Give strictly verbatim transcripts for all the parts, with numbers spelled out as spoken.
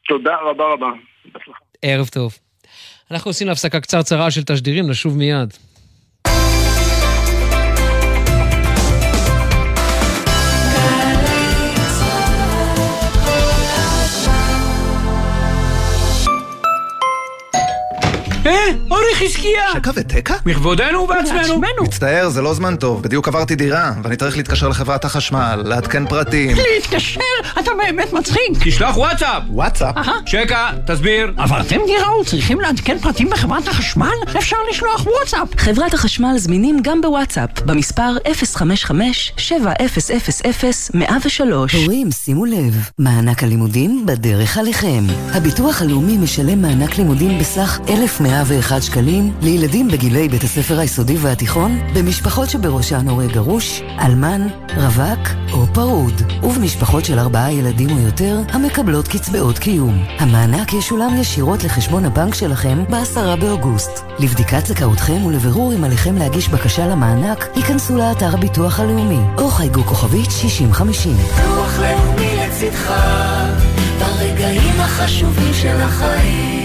תודה רבה רבה. ערב טוב. אנחנו עושים להפסקה קצרצרה של תשדירים, נשוב מיד. אה, אורי חזקיה! שקה ותקה? מכבודנו ובעצמנו. מצטער, זה לא זמן טוב. בדיוק עברתי דירה, ואני צריך להתקשר לחברת החשמל, לעדכן פרטים. להתקשר? אתה באמת מצחיק. תשלח וואטסאפ. וואטסאפ? שקה, תסביר. עברתם דירה וצריכים לעדכן פרטים בחברת החשמל? אפשר לשלוח וואטסאפ. חברת החשמל זמינים גם בוואטסאפ, במספר אפס חמש חמש שבע אפס אפס אפס מאה ושלוש. הורים, שימו לב, מענק הלימודים בדרך עליכם. הביטוח הלאומי משלם מענק לימודים בסך אלף מאה ואחד שקלים לילדים בגילי בית הספר היסודי והתיכון, במשפחות שבראשן הורה גרוש, אלמן, רווק או פרוד, ובמשפחות של ארבעה ילדים או יותר המקבלות קצבאות קיום. המענק ישולם ישירות לחשבון הבנק שלכם בעשרה באוגוסט. לבדיקת זכאותכם ולבירור אם עליכם להגיש בקשה למענק, ייכנסו לאתר הביטוח הלאומי או חייגו כוכבית שישים חמישים. ביטוח לאומי לצדך ברגעים החשובים של החיים.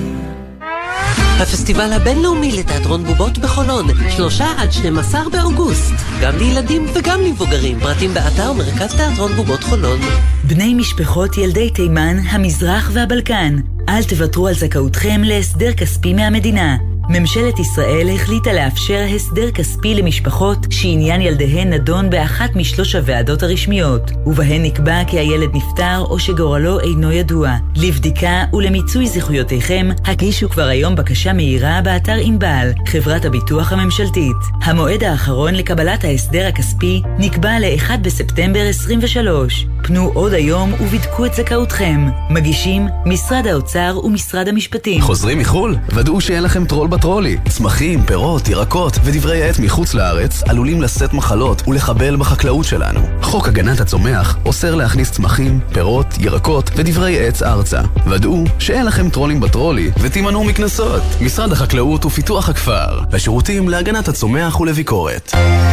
הפסטיבל הבינלאומי לתיאטרון בובות בחולון, שלושה עד שנים עשר באוגוסט. גם לילדים וגם למבוגרים. פרטים באתר מרכז תיאטרון בובות חולון. בני משפחות ילדי תימן, המזרח והבלקן, אל תוותרו על זכאותכם להסדר כספי מהמדינה. ממשלת ישראל החליטה לאפשר הסדר כספי למשפחות שעניין ילדיהן נדון באחת משלוש הוועדות הרשמיות, ובהן נקבע כי הילד נפטר או שגורלו אינו ידוע. לבדיקה ולמיצוי זכויותיכם, הגישו כבר היום בקשה מהירה באתר אינבל, חברת הביטוח הממשלתית. המועד האחרון לקבלת ההסדר הכספי נקבע ל-אחד בספטמבר עשרים ושלוש. פנו עוד היום ובדקו את זכאותכם. מגישים משרד האוצר ומשרד המשפטים. חוזרים מחול? ודאו שאין לכם טרול בטרולי. צמחים, פירות, ירקות ודברי עט מחוץ לארץ עלולים לשאת מחלות ולחבל בחקלאות שלנו. חוק הגנת הצומח אוסר להכניס צמחים, פירות, ירקות ודברי עץ ארצה. ודאו שאין לכם טרולים בטרולי ותימנעו מקנסות. משרד החקלאות ופיתוח הכפר, השירותים להגנת הצומח ולביקורת.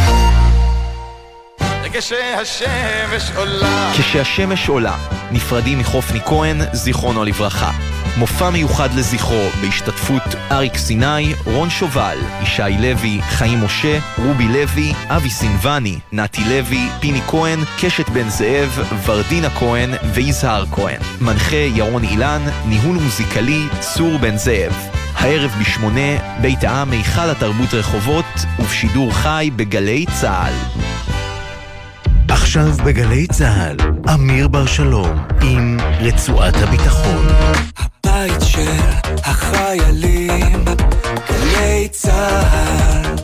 כשהשמש עולה כשהשמש עולה נפרדים מחופני כהן, זיכרונו לברכה. מופע מיוחד לזכרו בהשתתפות אריק סיני, רון שובל, ישי לוי, חיים משה, רובי לוי, אבי סינבני, נתי לוי, פיני כהן, קשת בן זאב, ורדינה כהן ויזהר כהן. מנחה ירון אילן, ניהול מוזיקלי צור בן זאב. הערב בשמונה, בית העם מיכל התרבות רחובות, ובשידור חי בגלי צהל. עכשיו בגלי צהל, אמיר בר שלום עם רצועת הביטחון. הבית של החיילים, גלי צהל.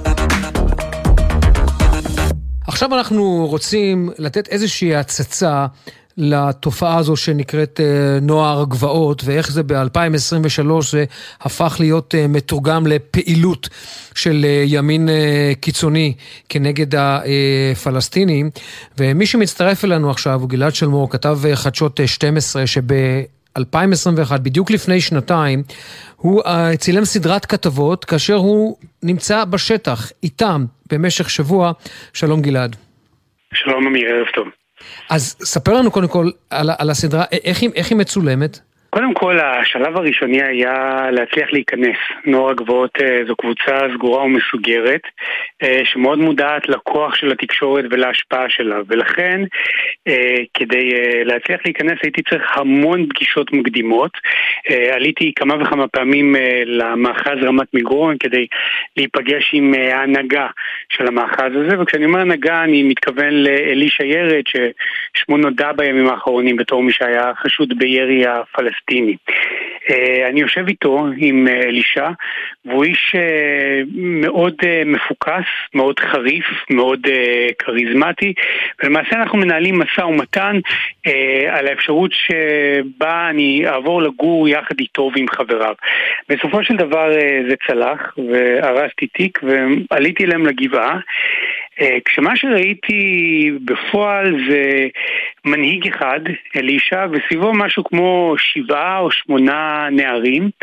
עכשיו אנחנו רוצים לתת איזושהי הצצה לתופעה הזו שנקראת נוער גבעות, ואיך זה ב-אלפיים עשרים ושלוש זה הפך להיות מתורגם לפעילות של ימין קיצוני כנגד הפלסטינים. ומי שמצטרף אלינו עכשיו הוא גלעד שלמור, כתב חדשות שתים עשרה, שב-אלפיים עשרים ואחת, בדיוק לפני שנתיים, הוא צילם סדרת כתבות כאשר הוא נמצא בשטח איתם במשך שבוע. שלום גלעד. שלום אמיר, ערב טוב. אז ספר לנו קודם כל על, על הסדרה, איך היא, איך היא מצולמת? קודם כל, השלב הראשוני היה להצליח להיכנס. נוער הגבעות זו קבוצה סגורה ומסוגרת, שמאוד מודעת לכוח של התקשורת ולהשפעה שלה, ולכן כדי להצליח להיכנס הייתי צריך המון פגישות מקדימות. עליתי כמה וכמה פעמים למאחז רמת מגרון כדי להיפגש עם ההנהגה של המאחז הזה, וכשאני אומר הנהגה אני מתכוון לאלישע ירד, ששמו נודע בימים האחרונים בתור מי שהיה חשוד בירי הפלסטיני. אני יושב איתו עם אלישע, והוא איש מאוד מפוקס, מאוד חריף, מאוד קריזמטי, ולמעשה אנחנו מנהלים מסע ומתן על האפשרות שבה אני אעבור לגור יחד איתו ועם חבריו. בסופו של דבר זה צלח, והרסתי תיק ועליתי אליהם לגבעה, כשמה שראיתי בפועל זה מנהיג אחד, אלישע, וסביבו משהו כמו שבעה או שמונה נערים,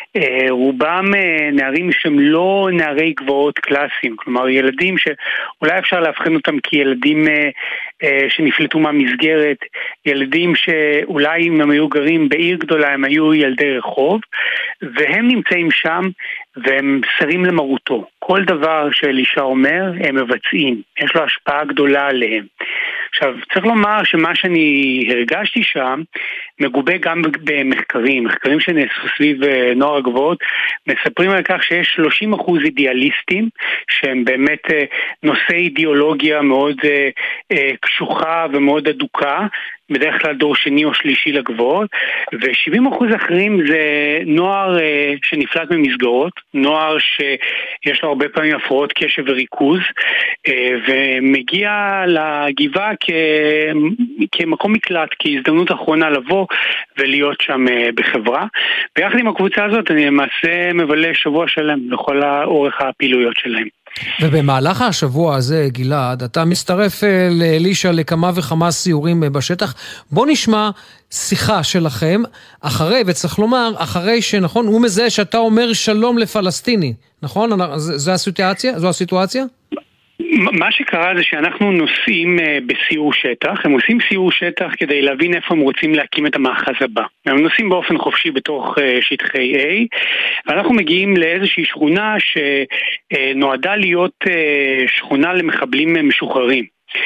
רובם נערים שהם לא נערי גבוהות קלאסיים, כלומר ילדים שאולי אפשר להבחן אותם כילדים שנפלטו מהמסגרת, ילדים שאולי אם הם היו גרים בעיר גדולה הם היו ילדי רחוב, והם נמצאים שם והם שרים למרותו. כל דבר שאלישע אומר הם מבצעים, יש לו השפעה גדולה עליהם. עכשיו, צריך לומר שמה שאני הרגשתי שם מגובה גם במחקרים, מחקרים שנעשו סביב נוער הגבוהות, מספרים על כך שיש שלושים אחוז אידיאליסטים, שהם באמת נושאי אידיאולוגיה מאוד קשוחה ומאוד אדוקה, בדרך כלל דור שני או שלישי לגבוהות, ו-שבעים אחוז אחרים זה נוער אה, שנפלט ממסגרות, נוער שיש לו הרבה פעמים הפרעות קשב וריכוז, אה, ומגיע לגבעה כ... כמקום מקלט, כהזדמנות אחרונה לבוא ולהיות שם אה, בחברה. ביחד עם הקבוצה הזאת אני למעשה מבלה שבוע שלם לכל האורך הפעילויות שלהם. ובמהלך השבוע הזה, גלעד, אתה מצטרף לאלישע לכמה וכמה סיורים בשטח. בוא נשמע שיחה שלכם, אחרי, וצריך לומר, אחרי שנכון, הוא מזהה שאתה אומר שלום לפלסטיני, נכון? זו הסיטואציה? זו הסיטואציה? מה שקרה זה שאנחנו נוסעים בסיור שטח, הם עושים סיור שטח כדי להבין איפה הם רוצים להקים את המאחז הבא. הם נוסעים באופן חופשי בתוך שטחי A, ואנחנו מגיעים לאיזושהי שכונה שנועדה להיות שכונה למחבלים משוחררים.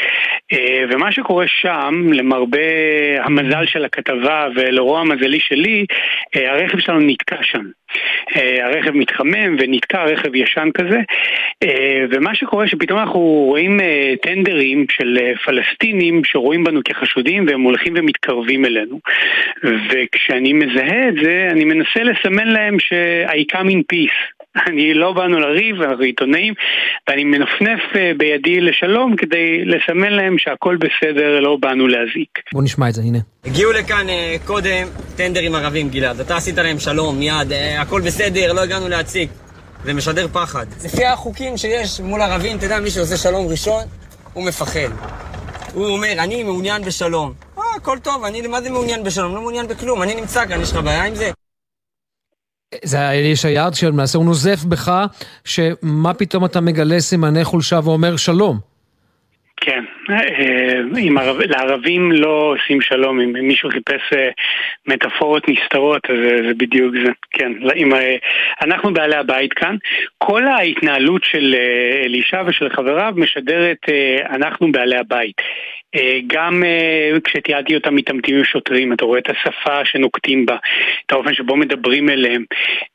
ומה שקורה שם, למרבה המזל של הכתבה ולרוע המזלי שלי, הרכב שלנו נתקע שם. הרכב מתחמם ונתקע, רכב ישן כזה, ומה שקורה שפתאום אנחנו רואים טנדרים של פלסטינים שרואים בנו כחשודים והם הולכים ומתקרבים אלינו, וכשאני מזהה את זה אני מנסה לסמן להם ש-I come in peace, אני לא באנו לריב, אנחנו עיתונאים, ואני מנפנף בידי לשלום כדי לסמן להם שהכל בסדר, לא באנו להזיק. בוא נשמע את זה, הנה. הגיעו לכאן קודם טנדרים ערבים, גלעד, אתה עשית להם שלום מיד, הכל בסדר, לא הגענו להציק. זה משדר פחד. לפי החוקים שיש מול ערבים, אתה יודע, מי שעושה שלום ראשון, הוא מפחד. הוא אומר, אני מעוניין בשלום. אה, הכל טוב, אני מה זה מעוניין בשלום? לא מעוניין בכלום, אני נמצא כאן, יש לך בעיה עם זה? זה אלישע ירד שלמעשה, הוא נוזף בך, שמה פתאום אתה מגלה סימני חולשה ואומר שלום? כן, עם ערב, לערבים לא עושים שלום, אם מישהו חיפש מטאפורות נסתרות, אז זה בדיוק זה, כן, עם, אנחנו בעלי הבית כאן, כל ההתנהלות של אלישע ושל חבריו משדרת אנחנו בעלי הבית, גם כשתיארתי אותם מתעמתים עם שוטרים, אתה רואה את השפה שנוקטים בה, את האופן שבו מדברים אליהם,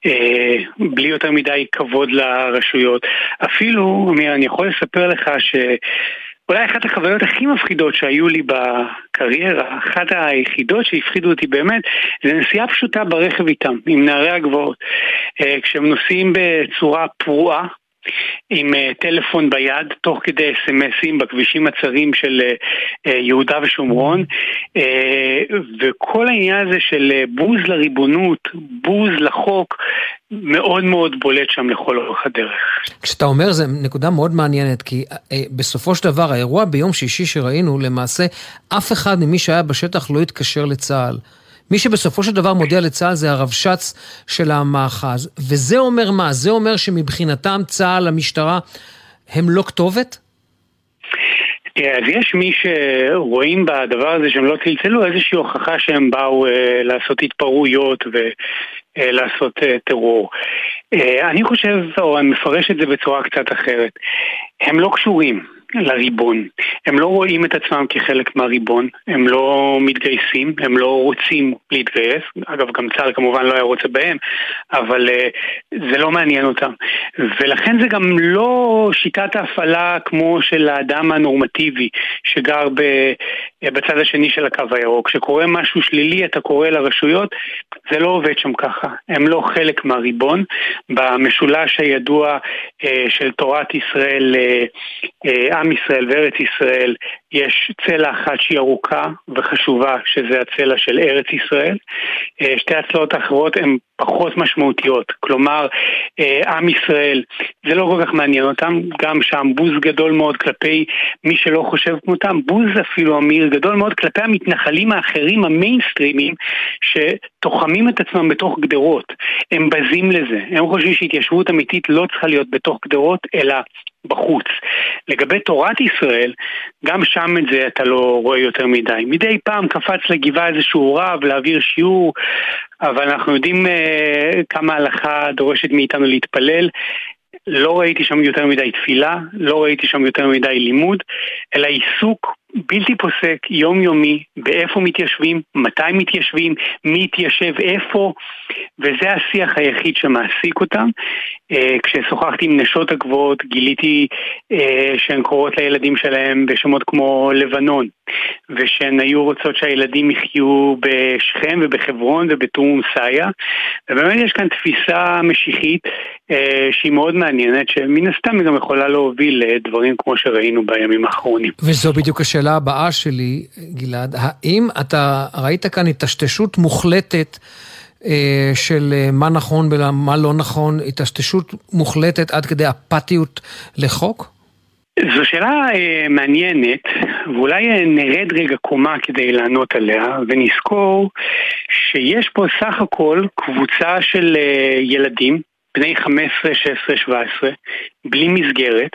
בלי יותר מדי כבוד לרשויות, אפילו, אני יכול לספר לך ש... אולי אחת החוויות הכי מפחידות שהיו לי בקריירה, אחת היחידות שהפחידו אותי באמת, זה נסיעה פשוטה ברכב איתם, עם נערי הגבוהות. כשהם נוסעים בצורה פרועה, עם טלפון ביד, תוך כדי אס-אמסים בכבישים הצרים של יהודה ושומרון, וכל העניין הזה של בוז לריבונות, בוז לחוק, מאוד מאוד בולט שם לכל אורך הדרך. כשאתה אומר, זה נקודה מאוד מעניינת, כי בסופו של דבר, האירוע ביום שישי שראינו, למעשה, אף אחד ממי שהיה בשטח לא התקשר לצה"ל. מי שבסופו של דבר מודיע לצה"ל זה הרבש"ץ של המאחז, וזה אומר מה? זה אומר שמבחינתם צה"ל, המשטרה, הם לא כתובת? אז יש מי שרואים בדבר הזה שהם לא צלצלו איזושהי הוכחה שהם באו לעשות התפרעויות ולעשות טרור. אני חושב, או אני מפרש את זה בצורה קצת אחרת, הם לא קשורים לריבון, הם לא רואים את עצמם כחלק מהריבון, הם לא מתגייסים, הם לא רוצים להתגייס, אגב גם צה"ל כמובן לא היה רוצה בהם, אבל uh, זה לא מעניין אותם, ולכן זה גם לא שיטת ההפעלה כמו של האדם הנורמטיבי שגר ב, בצד השני של הקו הירוק, כשקורה משהו שלילי אתה קורא לרשויות, זה לא עובד שם ככה, הם לא חלק מהריבון, במשולש הידוע uh, של תורת ישראל, uh, uh, עם ישראל וארץ ישראל, יש צלע אחת שהיא ארוכה וחשובה, שזה הצלע של ארץ ישראל. שתי הצלעות האחרות הן פחות משמעותיות, כלומר, עם ישראל, זה לא כל כך מעניין אותם, גם שם בוז גדול מאוד כלפי מי שלא חושב כמותם, בוז אפילו אמיר גדול מאוד כלפי המתנחלים האחרים, המיינסטרימים, שתוחמים את עצמם בתוך גדרות. הם בזים לזה. הם חושבים שהתיישבות אמיתית לא צריכה להיות בתוך גדרות, אלא בחוץ. לגבי תורת ישראל, גם שם את זה אתה לא רואה יותר מדי. מדי פעם קפץ לגבעה איזשהו רב להעביר שיעור, אבל אנחנו יודעים uh, כמה ההלכה דורשת מאיתנו להתפלל. לא ראיתי שם יותר מדי תפילה, לא ראיתי שם יותר מדי לימוד, אלא עיסוק בלתי פוסק, יומיומי, באיפה מתיישבים, מתי מתיישבים, מי מתיישב איפה, וזה השיח היחיד שמעסיק אותם. כששוחחתי עם נשות הגבוהות, גיליתי שהן קוראות לילדים שלהם בשמות כמו לבנון, ושהן היו רוצות שהילדים יחיו בשכם ובחברון ובתורם סאיה, ובאמת יש כאן תפיסה משיחית שהיא מאוד מעניינת, שמן הסתם היא גם יכולה להוביל לדברים כמו שראינו בימים האחרונים. וזו בדיוק השאלה הבאה שלי, גלעד, האם אתה ראית כאן התשתשות מוחלטת של מה נכון ומה לא נכון, התשתשות מוחלטת עד כדי אפתיות לחוק? זו שאלה אה, מעניינת, ואולי נרד רגע קומה כדי לענות עליה, ונזכור שיש פה סך הכל קבוצה של אה, ילדים, בני חמש עשרה, שש עשרה, שבע עשרה, בלי מסגרת,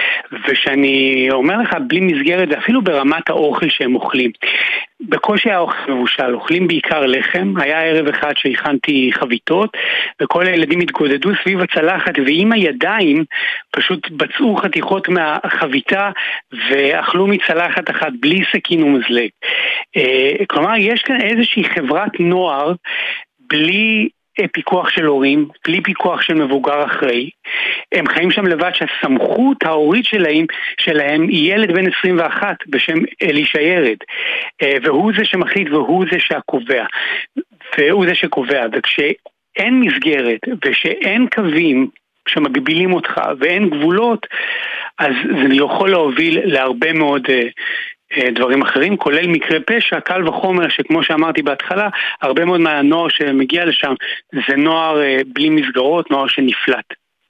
ושאני אומר לך בלי מסגרת, זה אפילו ברמת האוכל שהם אוכלים. בקושי האוכל מבושל, אוכלים בעיקר לחם, היה ערב אחד שהכנתי חביתות, וכל הילדים התגודדו סביב הצלחת, ועם הידיים פשוט בצעו חתיכות מהחביתה, ואכלו מצלחת אחת בלי סכין ומזלג. כלומר, יש כאן איזושהי חברת נוער, בלי פיקוח של הורים, בלי פיקוח של מבוגר אחראי. הם חיים שם לבד, שהסמכות ההורית שלהם, שלהם היא ילד בן עשרים ואחת בשם אלישע ירד, והוא זה שמחליט והוא זה שהקובע, והוא זה שקובע. וכשאין מסגרת ושאין קווים שמגבילים אותך ואין גבולות, אז זה יכול להוביל להרבה מאוד דברים אחרים, כולל מקרה פשע, קל וחומר, שכמו שאמרתי בהתחלה, הרבה מאוד מהנוער שמגיע לשם, זה נוער בלי מסגרות, נוער שנפלט.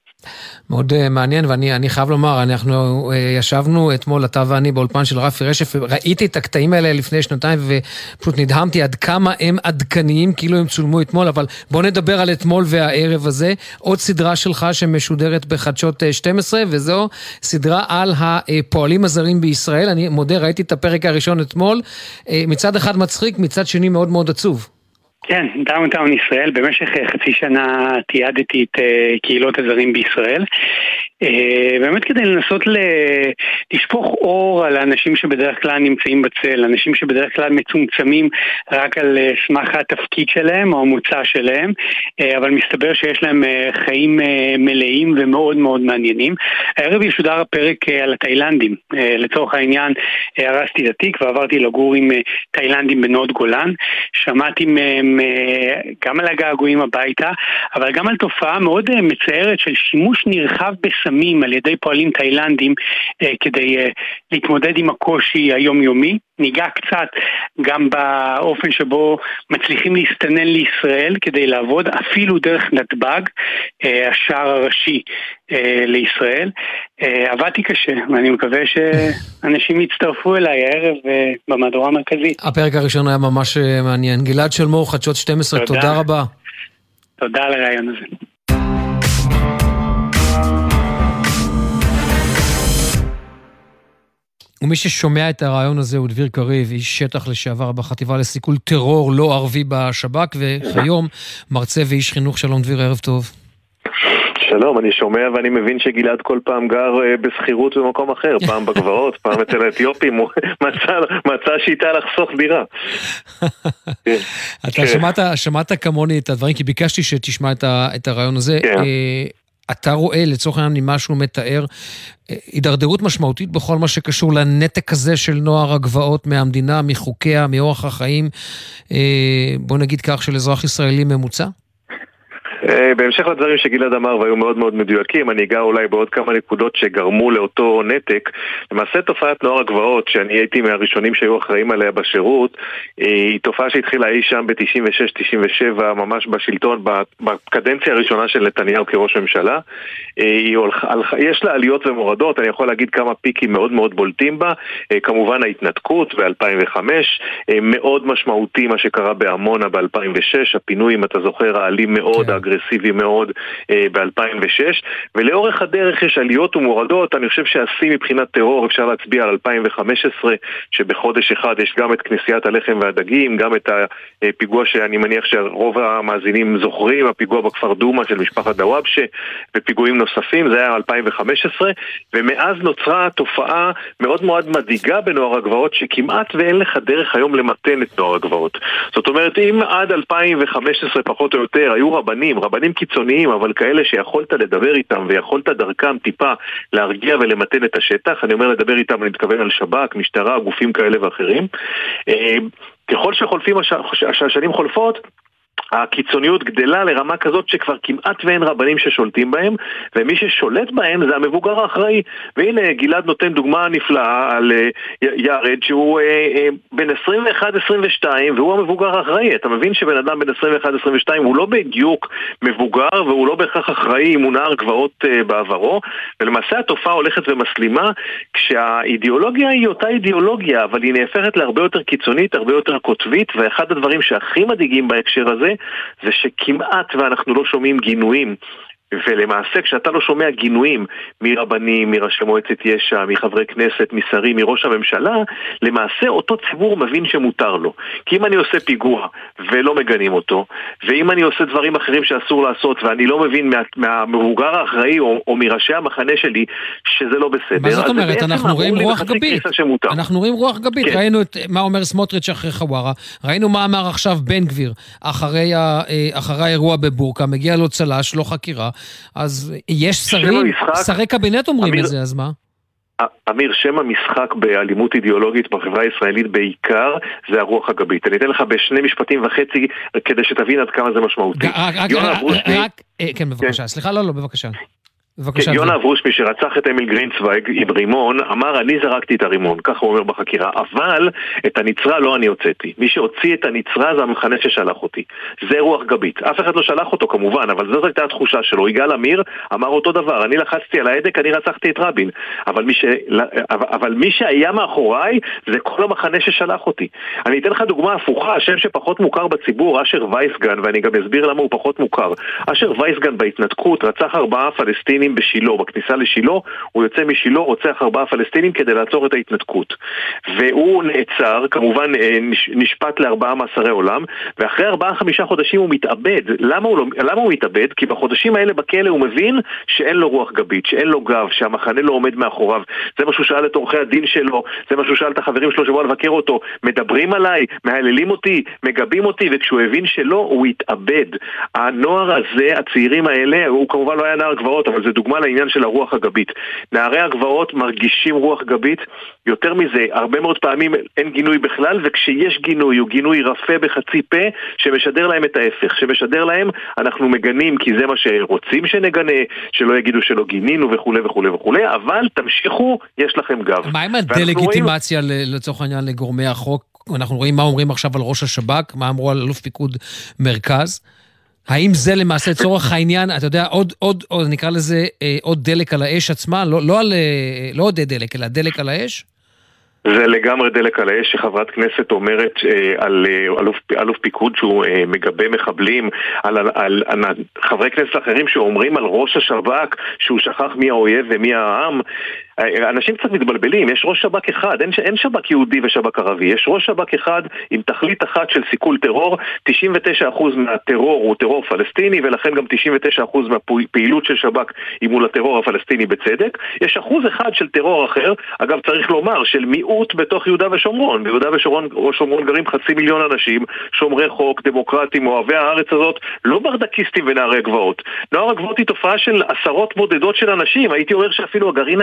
מאוד uh, מעניין, ואני אני חייב לומר, אנחנו uh, ישבנו אתמול, אתה ואני, באולפן של רפי רשף, ראיתי את הקטעים האלה לפני שנתיים, ופשוט נדהמתי עד כמה הם עדכניים, כאילו הם צולמו אתמול, אבל בוא נדבר על אתמול והערב הזה, עוד סדרה שלך שמשודרת בחדשות שתים עשרה, וזו סדרה על הפועלים הזרים בישראל. אני מודה, ראיתי את הפרק הראשון אתמול, uh, מצד אחד מצחיק, מצד שני מאוד מאוד עצוב. כן, דאונטאון ישראל, במשך חצי שנה תיעדתי את קהילות הזרים בישראל, באמת כדי לנסות לשפוך אור על האנשים שבדרך כלל נמצאים בצל, אנשים שבדרך כלל מצומצמים רק על סמך התפקיד שלהם או המוצא שלהם, אבל מסתבר שיש להם חיים מלאים ומאוד מאוד מעניינים. הערב ישודר הפרק על התאילנדים, לצורך העניין הרסתי את התיק ועברתי לגור עם תאילנדים בנוד גולן, שמעתי מהם גם על הגעגועים הביתה, אבל גם על תופעה מאוד מצערת של שימוש נרחב בסמים על ידי פועלים תאילנדים כדי להתמודד עם הקושי היומיומי. ניגע קצת גם באופן שבו מצליחים להסתנן לישראל כדי לעבוד, אפילו דרך נתב"ג, השער הראשי לישראל. עבדתי קשה, ואני מקווה שאנשים יצטרפו אליי הערב במהדורה המרכזית. הפרק הראשון היה ממש מעניין. גלעד שלמור, חדשות שתים עשרה, תודה, תודה רבה. תודה על הרעיון הזה. ומי ששומע את הרעיון הזה הוא דביר קריב, איש שטח לשעבר בחטיבה לסיכול טרור לא ערבי בשב"כ, וכיום מרצה ואיש חינוך. שלום דביר, ערב טוב. שלום, אני שומע ואני מבין שגלעד כל פעם גר בסחירות במקום אחר, פעם בגבעות, פעם אצל האתיופים, הוא מצא, מצא שיטה לחסוך דירה. אתה שמעת, שמעת כמוני את הדברים, כי ביקשתי שתשמע את, ה, את הרעיון הזה. אתה רואה לצורך העניין ממה שהוא מתאר הידרדרות משמעותית בכל מה שקשור לנתק הזה של נוער הגבעות מהמדינה, מחוקיה, מאורח החיים, בוא נגיד כך, של אזרח ישראלי ממוצע? בהמשך לדברים שגלעד אמר והיו מאוד מאוד מדויקים, אני אגע אולי בעוד כמה נקודות שגרמו לאותו נתק. למעשה תופעת נוער הגבעות, שאני הייתי מהראשונים שהיו אחראים עליה בשירות, היא תופעה שהתחילה אי שם ב-תשעים ושש תשעים ושבע, ממש בשלטון, בקדנציה הראשונה של נתניהו כראש ממשלה. יש לה עליות ומורדות, אני יכול להגיד כמה פיקים מאוד מאוד בולטים בה. כמובן ההתנתקות ב-אלפיים וחמש, מאוד משמעותי מה שקרה בעמונה ב-אלפיים ושש, הפינוי, אם אתה זוכר, העלים מאוד, כן. האגרסיבי מאוד ב-אלפיים ושש, ולאורך הדרך יש עליות ומורדות. אני חושב שהשיא מבחינת טרור אפשר להצביע על אלפיים וחמש עשרה, שבחודש אחד יש גם את כנסיית הלחם והדגים, גם את הפיגוע שאני מניח שרוב המאזינים זוכרים, הפיגוע בכפר דומה של משפחת דוואבשה, ופיגועים נוספים, זה היה אלפיים וחמש עשרה, ומאז נוצרה תופעה מאוד מאוד מדאיגה בנוער הגבעות, שכמעט ואין לך דרך היום למתן את נוער הגבעות. זאת אומרת, אם עד אלפיים וחמש עשרה פחות או יותר היו רבנים, רבנים קיצוניים, אבל כאלה שיכולת לדבר איתם ויכולת דרכם טיפה להרגיע ולמתן את השטח, אני אומר לדבר איתם, אני מתכוון על שב"כ, משטרה, גופים כאלה ואחרים. ככל שחולפים השנים חולפות, הקיצוניות גדלה לרמה כזאת שכבר כמעט ואין רבנים ששולטים בהם, ומי ששולט בהם זה המבוגר האחראי. והנה גלעד נותן דוגמה נפלאה על ירד שהוא בין עשרים ואחת עשרים ושתיים והוא המבוגר האחראי. אתה מבין שבן אדם בין עשרים ואחת עשרים ושתיים הוא לא בדיוק מבוגר והוא לא בהכרח אחראי אם הוא נער גבעות בעברו, ולמעשה התופעה הולכת ומסלימה כשהאידיאולוגיה היא אותה אידיאולוגיה, אבל היא נהפכת להרבה יותר קיצונית, הרבה יותר קוטבית. ואחד הדברים שהכי מדאיגים בהקשר הזה זה שכמעט ואנחנו לא שומעים גינויים, ולמעשה כשאתה לא שומע גינויים מרבנים, מראשי מועצת יש"ע, מחברי כנסת, משרים, מראש הממשלה, למעשה אותו ציבור מבין שמותר לו. כי אם אני עושה פיגוע ולא מגנים אותו, ואם אני עושה דברים אחרים שאסור לעשות ואני לא מבין מה, מהמבוגר האחראי או, או מראשי המחנה שלי שזה לא בסדר, מה זאת אומרת? אנחנו רואים רוח גבית. אנחנו רואים רוח גבית. כן. ראינו את מה אומר סמוטריץ' אחרי חווארה, ראינו מה אמר עכשיו בן גביר אחרי, ה, אחרי האירוע בבורקה, מגיע לו צלש, לא חקירה. אז יש שרים, שרי קבינט אומרים אמיר, את זה, אז מה? אמיר, שם המשחק באלימות אידיאולוגית בחברה הישראלית בעיקר זה הרוח הגבית. אני אתן לך בשני משפטים וחצי כדי שתבין עד כמה זה משמעותי. רק, רק, כן, בבקשה, סליחה, לא, לא, בבקשה. יונה אברושמי שרצח את אמיל גרינצוויג עם רימון, אמר אני זרקתי את הרימון, ככה הוא אומר בחקירה, אבל את הנצרה לא אני הוצאתי. מי שהוציא את הנצרה זה המחנה ששלח אותי. זה רוח גבית. אף אחד לא שלח אותו כמובן, אבל זאת הייתה התחושה שלו. יגאל עמיר אמר אותו דבר, אני לחצתי על ההדק, אני רצחתי את רבין. אבל מי, ש... אבל מי שהיה מאחוריי זה כל המחנה ששלח אותי. אני אתן לך דוגמה הפוכה, השם שפחות מוכר בציבור, אשר וייסגן, ואני גם אסביר למה הוא פחות מוכר. אשר וייסגן בהתנתקות רצח ארבעה פלסטינים בשילו, בכניסה לשילו, הוא יוצא משילו, רוצח ארבעה פלסטינים כדי לעצור את ההתנתקות. והוא נעצר, כמובן נשפט לארבעה מאסרי עולם, ואחרי ארבעה חמישה חודשים הוא מתאבד. למה הוא, לא, למה הוא מתאבד? כי בחודשים האלה בכלא הוא מבין שאין לו רוח גבית, שאין לו גב, שהמחנה לא עומד מאחוריו. זה משהו שאל את עורכי הדין שלו, זה משהו שאל את החברים שלו שבואו לבקר אותו, מדברים עליי, מהללים אותי, מגבים אותי, וכשהוא הבין שלא, הוא התאבד. הנוער הזה, הצעירים האלה, הוא כמובן לא היה נער גבעות, אבל זה דוגמה לעניין של הרוח הגבית. נערי הגבעות מרגישים רוח גבית, יותר מזה, הרבה מאוד פעמים אין גינוי בכלל, וכשיש גינוי, הוא גינוי רפה בחצי פה, שמשדר להם את ההפך, שמשדר להם, אנחנו מגנים כי זה מה שרוצים שנגנה, שלא יגידו שלא גינינו וכו' וכו' וכו', אבל תמשיכו, יש לכם גב. מה עם הדלגיטימציה רואים... לצורך העניין לגורמי החוק? אנחנו רואים מה אומרים עכשיו על ראש השב"כ, מה אמרו על אלוף פיקוד מרכז? האם זה למעשה צורך העניין, אתה יודע, עוד, עוד, עוד נקרא לזה, עוד דלק על האש עצמה, לא, לא, על, לא עוד דלק, אלא דלק על האש? זה לגמרי דלק על האש שחברת כנסת אומרת אה, על אה, אלוף, אלוף פיקוד שהוא אה, מגבה מחבלים, על, על, על, על חברי כנסת אחרים שאומרים על ראש השב"כ שהוא שכח מי האויב ומי העם. אנשים קצת מתבלבלים, יש ראש שב"כ אחד, אין, אין שב"כ יהודי ושב"כ ערבי, יש ראש שב"כ אחד עם תכלית אחת של סיכול טרור, תשעים ותשעה אחוז מהטרור הוא טרור פלסטיני, ולכן גם תשעים ותשעה אחוז מהפעילות של שב"כ היא מול הטרור הפלסטיני בצדק. יש אחוז אחד של טרור אחר, אגב צריך לומר, של מיעוט בתוך יהודה ושומרון. ביהודה ושומרון, ושומרון גרים חצי מיליון אנשים, שומרי חוק, דמוקרטים, אוהבי הארץ הזאת, לא ברדקיסטים ונערי גבעות. נוער הגבעות היא תופעה של עשרות בודדות של אנשים, הייתי אומר שאפילו הגרעין הקשה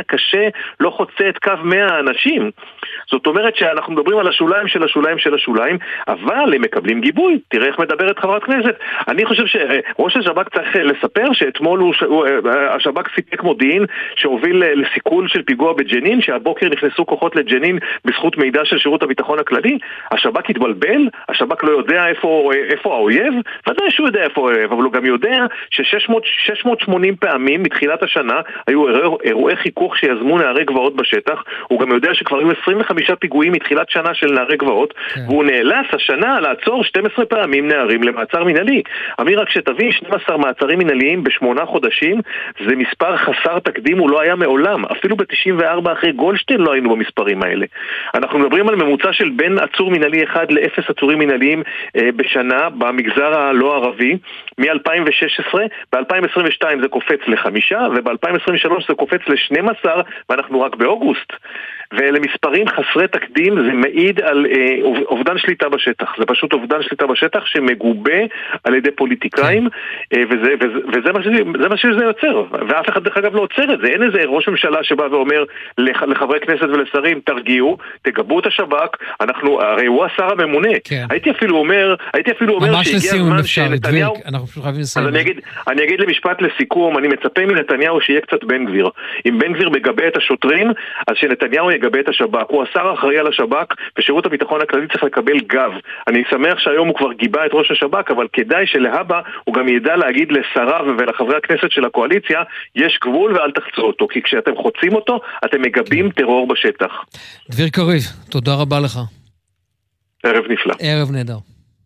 כנראה לא חוצה את קו מאה אנשים. זאת אומרת שאנחנו מדברים על השוליים של השוליים של השוליים, אבל הם מקבלים גיבוי. תראה איך מדברת חברת כנסת. אני חושב שראש השב"כ צריך לספר שאתמול הוא, הוא, השב"כ סיפק מודיעין שהוביל לסיכול של פיגוע בג'נין, שהבוקר נכנסו כוחות לג'נין בזכות מידע של שירות הביטחון הכללי. השב"כ התבלבל, השב"כ לא יודע איפה, איפה האויב, ודאי שהוא יודע איפה האויב, אבל הוא גם יודע ש-שש מאות ושמונים פעמים מתחילת השנה היו אירועי חיכוך שיזמו נערי גבעות בשטח. הוא גם יודע שכבר היו עשרים וחמישה פיגועים מתחילת שנה של נערי גבעות, כן. והוא נאלץ השנה לעצור שתים עשרה פעמים נערים למעצר מנהלי. אמיר, רק שתבין, שנים עשר מעצרים מנהליים בשמונה חודשים, זה מספר חסר תקדים, הוא לא היה מעולם. אפילו ב-תשעים וארבע אחרי גולדשטיין לא היינו במספרים האלה. אנחנו מדברים על ממוצע של בין עצור מנהלי אחד לאפס עצורים מנהליים אה, בשנה במגזר הלא ערבי, מ-אלפיים ושש עשרה, ב-אלפיים עשרים ושתיים זה קופץ לחמישה, וב-אלפיים עשרים ושלוש זה קופץ ל-שנים עשר, ואנחנו רק באוגוסט. ואלה מספרים חסרי תקדים, זה מעיד על אה, אובדן שליטה בשטח. זה פשוט אובדן שליטה בשטח שמגובה על ידי פוליטיקאים, אה, וזה, וזה, וזה מה שזה, זה מה שזה יוצר. ואף אחד דרך אגב לא עוצר את זה. אין איזה ראש ממשלה שבא ואומר לח, לחברי כנסת ולשרים, תרגיעו, תגבו את השב"כ, אנחנו, הרי הוא השר הממונה. כן. הייתי אפילו אומר, הייתי אפילו אומר שהגיע הזמן שנתניהו... אנחנו פשוט חייבים לסיים. אז אני אגיד, אני אגיד למשפט לסיכום, אני מצפה מנתניהו שיהיה קצת בן גביר. אם בן גביר מגבה את השוטרים, אז שנתניהו יגבה את השב"כ. הוא השר האחראי על השב"כ, ושירות הביטחון הכללי צריך לקבל גב. אני שמח שהיום הוא כבר גיבה את ראש השב"כ, אבל כדאי שלהבא הוא גם ידע להגיד לשריו ולחברי הכנסת של הקואליציה, יש גבול ואל תחצו אותו, כי כשאתם חוצים אותו, אתם מגבים טרור בשטח. דביר קריב, תודה רבה לך. ערב נפלא. ערב נהדר.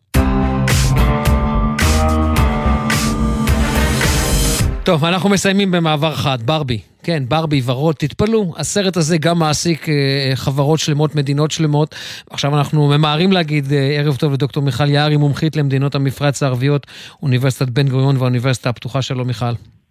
טוב, אנחנו מסיימים במעבר חד, ברבי. כן, ברבי, ורוד, תתפלו. הסרט הזה גם מעסיק אה, חברות שלמות, מדינות שלמות. עכשיו אנחנו ממהרים להגיד אה, ערב טוב לדוקטור מיכל יערי, מומחית למדינות המפרץ הערביות, אוניברסיטת בן גוריון והאוניברסיטה הפתוחה. שלום מיכל.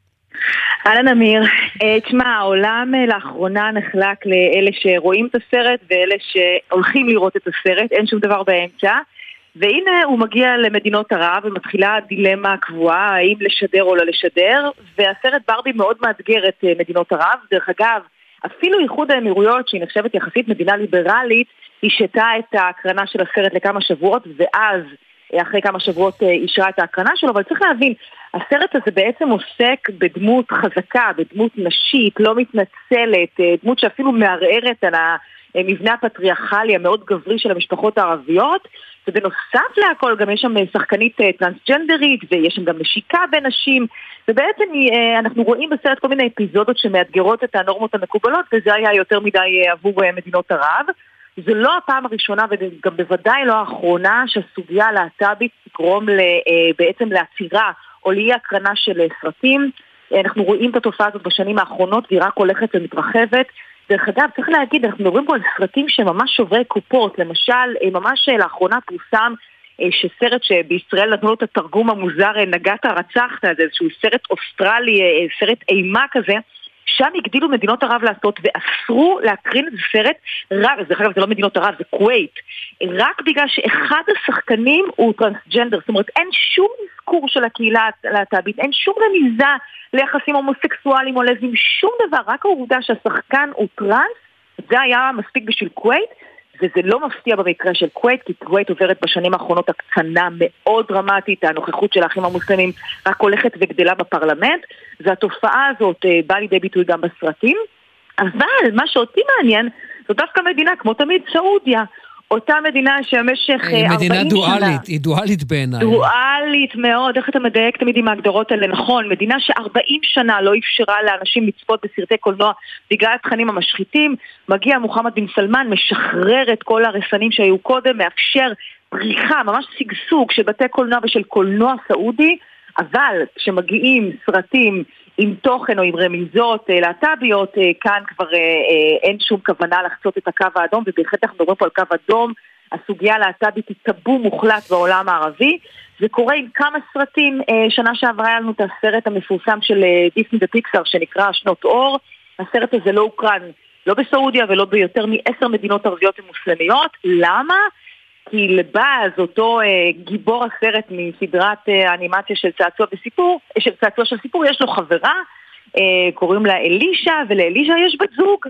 אהלן אמיר. תשמע, העולם לאחרונה נחלק לאלה שרואים את הסרט ואלה שהולכים לראות את הסרט, אין שום דבר באמצע. והנה הוא מגיע למדינות ערב ומתחילה דילמה קבועה, האם לשדר או לא לשדר, והסרט ברבי מאוד מאתגר את מדינות ערב. דרך אגב, אפילו איחוד האמירויות, שהיא נחשבת יחסית מדינה ליברלית, השתה את ההקרנה של הסרט לכמה שבועות, ואז אחרי כמה שבועות אישרה את ההקרנה שלו. אבל צריך להבין, הסרט הזה בעצם עוסק בדמות חזקה, בדמות נשית, לא מתנצלת, דמות שאפילו מערערת על המבנה הפטריארכלי המאוד גברי של המשפחות הערביות, ובנוסף להכל גם יש שם שחקנית טרנסג'נדרית, ויש שם גם נשיקה בין נשים, ובעצם אנחנו רואים בסרט כל מיני אפיזודות שמאתגרות את הנורמות המקובלות, וזה היה יותר מדי עבור מדינות ערב. זה לא הפעם הראשונה וגם בוודאי לא האחרונה שהסוגיה הלהט"בית תגרום בעצם לעצירה או לאי הקרנה של סרטים. אנחנו רואים את התופעה הזאת בשנים האחרונות והיא רק הולכת ומתרחבת. דרך אגב, צריך להגיד, אנחנו מדברים פה על סרטים שממש שוברי קופות. למשל, ממש לאחרונה פורסם שסרט שבישראל נתנו לו את התרגום המוזר נגעת הרצחת, זה איזשהו סרט אוסטרלי, סרט אימה כזה, שם הגדילו מדינות ערב לעשות ואסרו להקרין את הסרט רק, דרך אגב זה לא מדינות ערב, זה כווית, רק בגלל שאחד השחקנים הוא טרנסג'נדר. זאת אומרת, אין שום אזכור של הקהילה הלהט"בית, אין שום רמיזה ליחסים הומוסקסואליים או לזים, שום דבר, רק העובדה שהשחקן הוא טרנס, זה היה מספיק בשביל כווית, וזה לא מפתיע במקרה של כווית, כי כווית עוברת בשנים האחרונות הקצנה מאוד דרמטית, הנוכחות של האחים המוסלמים רק הולכת וגדלה בפרלמנט, והתופעה הזאת באה לידי ביטוי גם בסרטים. אבל מה שאותי מעניין, זו דווקא מדינה כמו תמיד סעודיה, אותה מדינה שבמשך ארבעים שנה... מדינה דואלית, היא דואלית בעיניי. דואלית מאוד, איך אתה מדייק תמיד עם ההגדרות האלה, נכון, מדינה ש-ארבעים שנה לא אפשרה לאנשים לצפות בסרטי קולנוע בגלל התכנים המשחיתים, מגיע מוחמד בן סלמן, משחרר את כל הרסנים שהיו קודם, מאפשר פריחה, ממש סגסוג של בתי קולנוע ושל קולנוע סעודי, אבל כשמגיעים סרטים עם תוכן או עם רמיזות להט"ביות, כאן כבר אין שום כוונה לחצות את הקו האדום, ובהחלט אנחנו מדברים פה על קו אדום. הסוגיה להט"בית היא טאבו מוחלט בעולם הערבי. זה קורה עם כמה סרטים. שנה שעברה היה לנו את הסרט המפורסם של דיסני ופיקסאר שנקרא שנות אור. הסרט הזה לא הוקרן לא בסעודיה ולא ביותר מעשר מדינות ערביות ומוסלמיות. למה? כי לבאז, אותו אה, גיבור הסרט מסדרת אה, האנימציה של צעצוע וסיפור, של צעצוע של סיפור, יש לו חברה, קוראים לה אלישה, ולאלישה יש בת זוג,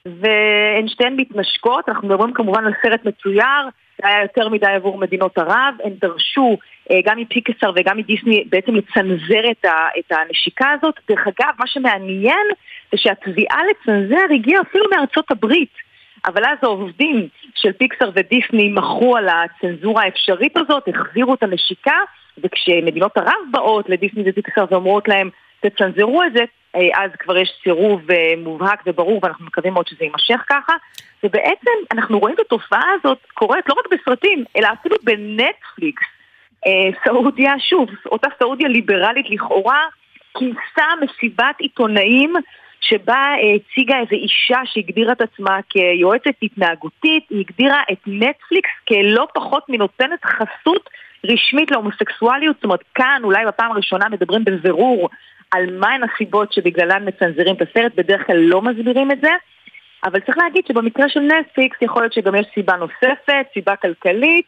והן שתיהן מתנשקות. אנחנו מדברים כמובן על סרט מצויר, זה היה יותר מדי עבור מדינות ערב, הן דרשו גם מפיקסאר וגם מדיסני בעצם לצנזר את, ה, את הנשיקה הזאת. דרך אגב, מה שמעניין זה שהתביעה לצנזר הגיעה אפילו מארצות הברית, אבל אז העובדים של פיקסאר ודיסני מחו על הצנזורה האפשרית הזאת, החזירו את הנשיקה, וכשמדינות ערב באות לדיסני ופיקסאר ואומרות להם תצנזרו את זה, אז כבר יש סירוב מובהק וברור, ואנחנו מקווים מאוד שזה יימשך ככה. ובעצם אנחנו רואים את התופעה הזאת קורית לא רק בסרטים, אלא אפילו בנטפליקס. סעודיה, שוב, אותה סעודיה ליברלית לכאורה, כינסה מסיבת עיתונאים שבה הציגה איזו אישה שהגדירה את עצמה כיועצת התנהגותית. היא הגדירה את נטפליקס כלא פחות מנותנת חסות רשמית להומוסקסואליות. זאת אומרת, כאן אולי בפעם הראשונה מדברים בבירור על מהן הסיבות שבגללן מצנזרים את הסרט, בדרך כלל לא מסבירים את זה, אבל צריך להגיד שבמקרה של נטפליקס יכול להיות שגם יש סיבה נוספת, סיבה כלכלית.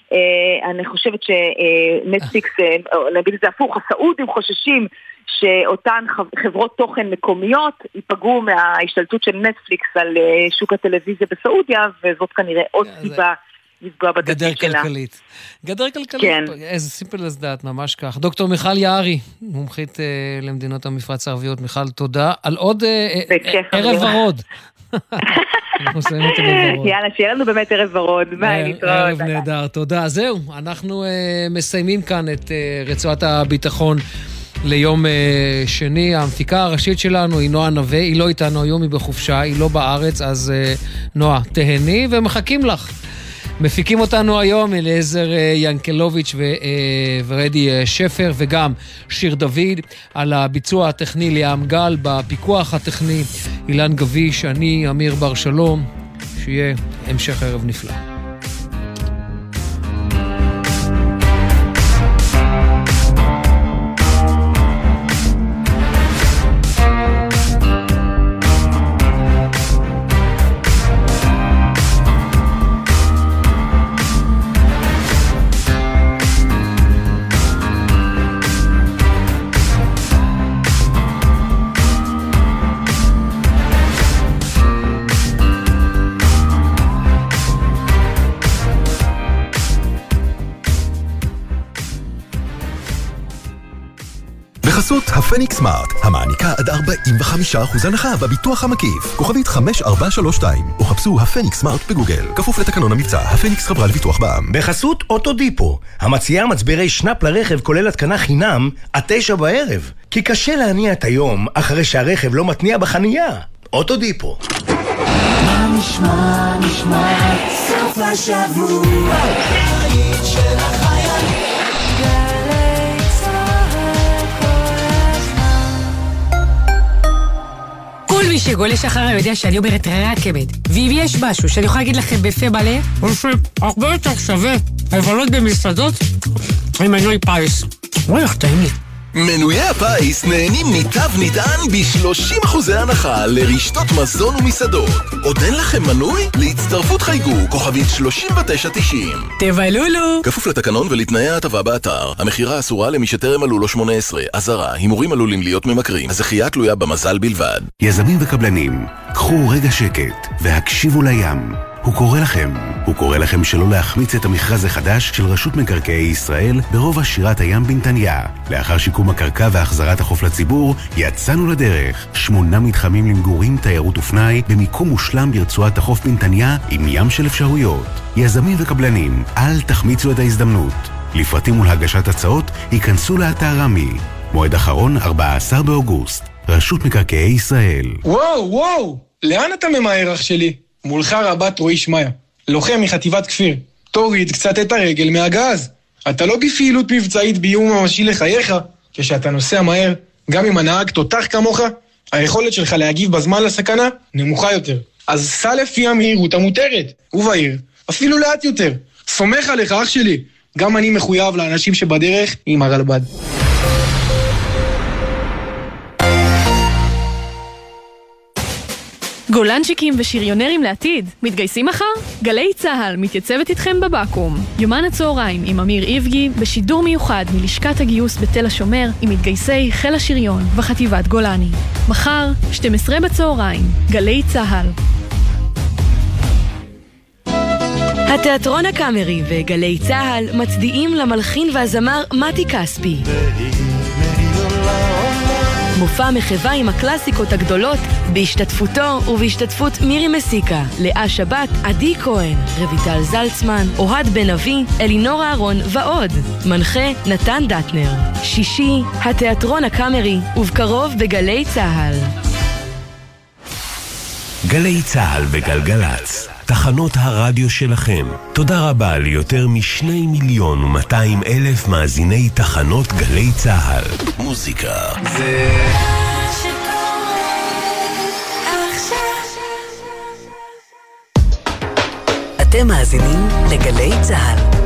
אני חושבת שנטפליקס, נגיד את זה הפוך, הסעודים חוששים שאותן חברות תוכן מקומיות ייפגעו מההשתלטות של נטפליקס על שוק הטלוויזיה בסעודיה, וזאת כנראה עוד סיבה לפגוע בתפקיד שלה. גדר כלכלית. גדר כלכלית, כן. איזה סימפל אז דעת, ממש כך. דוקטור מיכל יערי, מומחית אה, למדינות המפרץ הערביות. מיכל, תודה. על עוד אה, אה, ערב ורוד. אנחנו נסיים את ערב ורוד. יאללה, שיהיה לנו באמת ערב ורוד. ביי, להתראות. ערב נהדר, תודה. זהו, אנחנו אה, מסיימים כאן את אה, רצועת הביטחון ליום אה, שני. המפיקה הראשית שלנו היא נועה נווה, היא לא איתנו היום, היא בחופשה, היא לא בארץ, אז אה, נועה, תהני ומחכים לך. מפיקים אותנו היום אליעזר ינקלוביץ' ורדי שפר, וגם שיר דוד. על הביצוע הטכני ליאם גל, בפיקוח הטכני אילן גביש, אני אמיר בר שלום. שיהיה המשך ערב נפלא. בחסות הפניקס סמארט, המעניקה עד ארבעים וחמישה אחוז הנחה בביטוח המקיף. כוכבית חמש ארבע שלוש שתיים, או חפשו הפניקס סמארט בגוגל. כפוף לתקנון המבצע, הפניקס חברה לביטוח בע"מ. בחסות אוטודיפו, המציעה מצברי שנאפ לרכב כולל התקנה חינם עד תשע בערב. כי קשה להניע את היום אחרי שהרכב לא מתניע בחנייה. אוטודיפו. מה נשמע, נשמע, סוף השבוע, היית של החיילים. כל מי שגולש אחרי יודע שאני אומרת רק אמת. ואם יש משהו שאני יכולה להגיד לכם בפה מלא, הוא שהרבה יותר שווה לבלות במסעדות עם מנוי פיס. וואי, איך טעים לי. מנויי הפיס נהנים מתו נטען ב-שלושים אחוז הנחה לרשתות מזון ומסעדות. עוד אין לכם מנוי? להצטרפות חייגו, כוכבית שלושים ותשע תשעים. תבלולו! כפוף לתקנון ולתנאי ההטבה באתר. המחירה אסורה למי שטרם מלאו לו שמונה עשרה. אזהרה, הימורים עלולים להיות ממכרים. הזכייה תלויה במזל בלבד. יזמים וקבלנים, קחו רגע שקט והקשיבו לים. הוא קורא לכם. הוא קורא לכם שלא להחמיץ את המכרז החדש של רשות מקרקעי ישראל ברובע שירת הים בנתניה. לאחר שיקום הקרקע והחזרת החוף לציבור, יצאנו לדרך. שמונה מתחמים למגורים, תיירות ופנאי, במיקום מושלם ברצועת החוף בנתניה, עם ים של אפשרויות. יזמים וקבלנים, אל תחמיצו את ההזדמנות. לפרטים ולהגשת הצעות, ייכנסו לאתר רמי. מועד אחרון, ארבעה עשר באוגוסט. רשות מקרקעי ישראל. וואו, וואו! לאן אתה ממהר, אח שלי? מולך רבת רועי שמיה, לוחם מחטיבת כפיר. תוריד קצת את הרגל מהגז. אתה לא בפעילות מבצעית באיום ממשי לחייך. כשאתה נוסע מהר, גם אם הנהג תותח כמוך, היכולת שלך להגיב בזמן לסכנה נמוכה יותר. אז סע לפי המהירות המותרת, ובהיר, אפילו לאט יותר. סומך עליך, אח שלי. גם אני מחויב לאנשים שבדרך עם הרלב"ד. גולנצ'יקים ושריונרים לעתיד, מתגייסים מחר? גלי צהל מתייצבת איתכם בבקו"ם. יומן הצהריים עם אמיר איבגי בשידור מיוחד מלשכת הגיוס בתל השומר עם מתגייסי חיל השריון וחטיבת גולני. מחר, שתים עשרה בצהריים, גלי צהל. התיאטרון הקאמרי וגלי צהל מצדיעים למלחין והזמר מתי כספי. מופע מחווה עם הקלאסיקות הגדולות בהשתתפותו ובהשתתפות מירי מסיקה, לאה שבת, עדי כהן, רויטל זלצמן, אוהד בן אבי, אלינור אהרון ועוד. מנחה נתן דטנר. שישי, התיאטרון הקאמרי, ובקרוב בגלי צהל. גלי צהל וגלגלץ, תחנות הרדיו שלכם. תודה רבה ליותר משני מיליון ומאתיים אלף מאזיני תחנות גלי צהל. מוזיקה זה... אתם מאזינים לגלי צהל.